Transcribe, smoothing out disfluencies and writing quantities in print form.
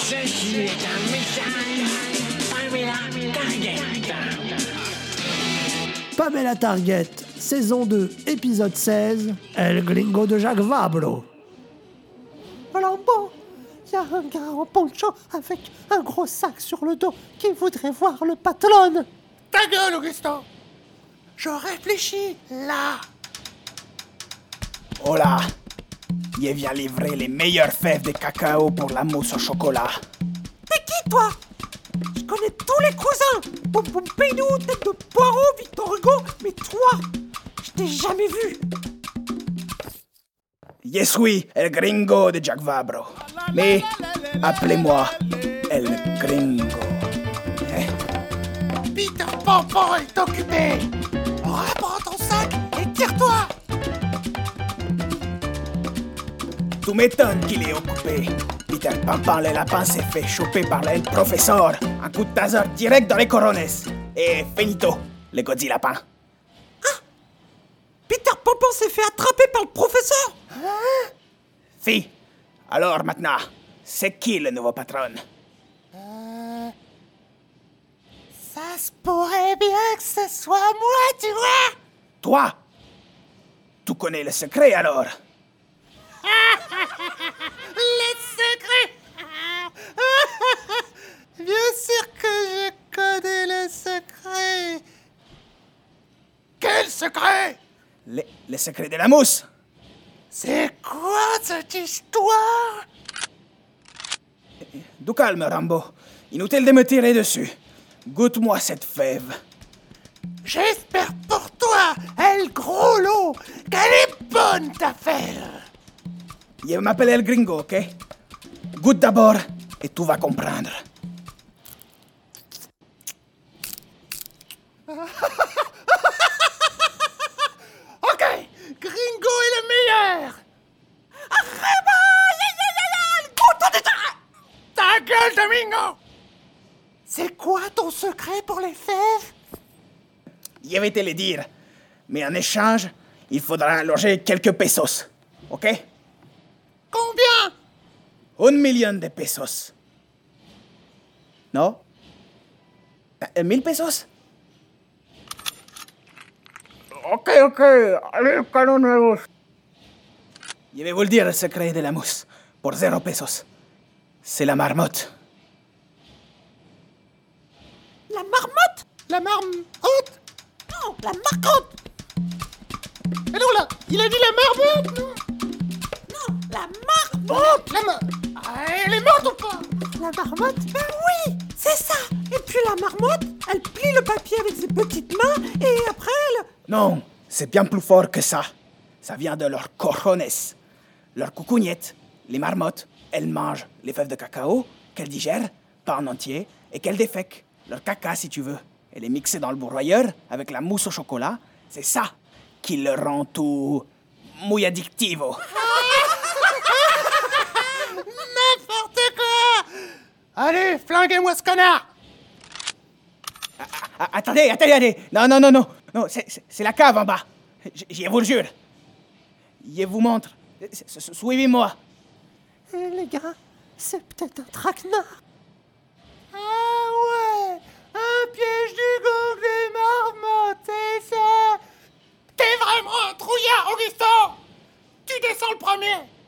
Ceci est un message Pamela Target. Pamela Target, saison 2, épisode 16, El Gringo de Jacques Vabre. Colombo, il y a un gars en poncho avec un gros sac sur le dos qui voudrait voir le patron. Ta gueule, Augustin! Je réfléchis, là! Oh là! Il vient livrer les meilleures fèves de cacao pour la mousse au chocolat. T'es qui, toi? Je connais tous les cousins! Boum Boum Pédou, Tête de Poireau, Victor Hugo, mais toi, je t'ai jamais vu! Yes, oui, El Gringo de Jacques Vabre. Mais appelez-moi El Gringo. Peter Pan est occupé! Reprends ton sac et tire-toi! Tout m'étonne qu'il est occupé. Peter Pan le lapin s'est fait choper par le professeur. Un coup de taser direct dans les corones. Et finito, le Godzilla lapin. Peter Pan s'est fait attraper par le professeur! Si. Alors maintenant, c'est qui le nouveau patron? Ça se pourrait bien que ce soit moi, tu vois! Toi? Tu connais le secret alors? Les secrets! Bien sûr que je connais le secret! Quel secret? Le secret de la mousse. C'est quoi cette histoire? Du calme, Rambo. Inutile de me tirer dessus. Goûte-moi cette fève. J'espère pour toi, El Grolo, qu'elle est bonne ta fève! Je m'appelle El Gringo, ok? Goûte d'abord et tu vas comprendre. Ok, Gringo est le meilleur! Ta gueule, Domingo! C'est quoi ton secret pour les fèves? Je vais te le dire. Mais en échange, il faudra loger quelques pesos. Ok? Combien? 1 million de pesos. Non? 1000 pesos? Ok. Allez, calmez-vous. Je vais vous le dire le secret de la mousse. Pour 0 pesos. C'est la marmotte. La marmotte? La marmotte? Non, la marcotte! Mais non, là, il a dit la marmotte, non? Non, la marmotte! Elle est morte ou pas? La marmotte? Ben oui, c'est ça! Et puis la marmotte, elle plie le papier avec ses petites mains et après elle... Non, c'est bien plus fort que ça. Ça vient de leurs cojones. Leurs coucougnettes, les marmottes, elles mangent les fèves de cacao qu'elles digèrent, pas en entier, et qu'elles défèquent. Leur caca, si tu veux. Elle est mixée dans le broyeur avec la mousse au chocolat. C'est ça qui le rend tout... muy addictivo. N'importe quoi! Allez, flinguez-moi ce connard! Attendez. Non, c'est la cave en bas. Je vous le jure. Je vous montre. Suivez-moi. Les gars, c'est peut-être un traquenard. Ah ouais! Un piège du gang des marmottes, c'est ça! T'es vraiment un trouillard, Augustin! Tu descends le premier!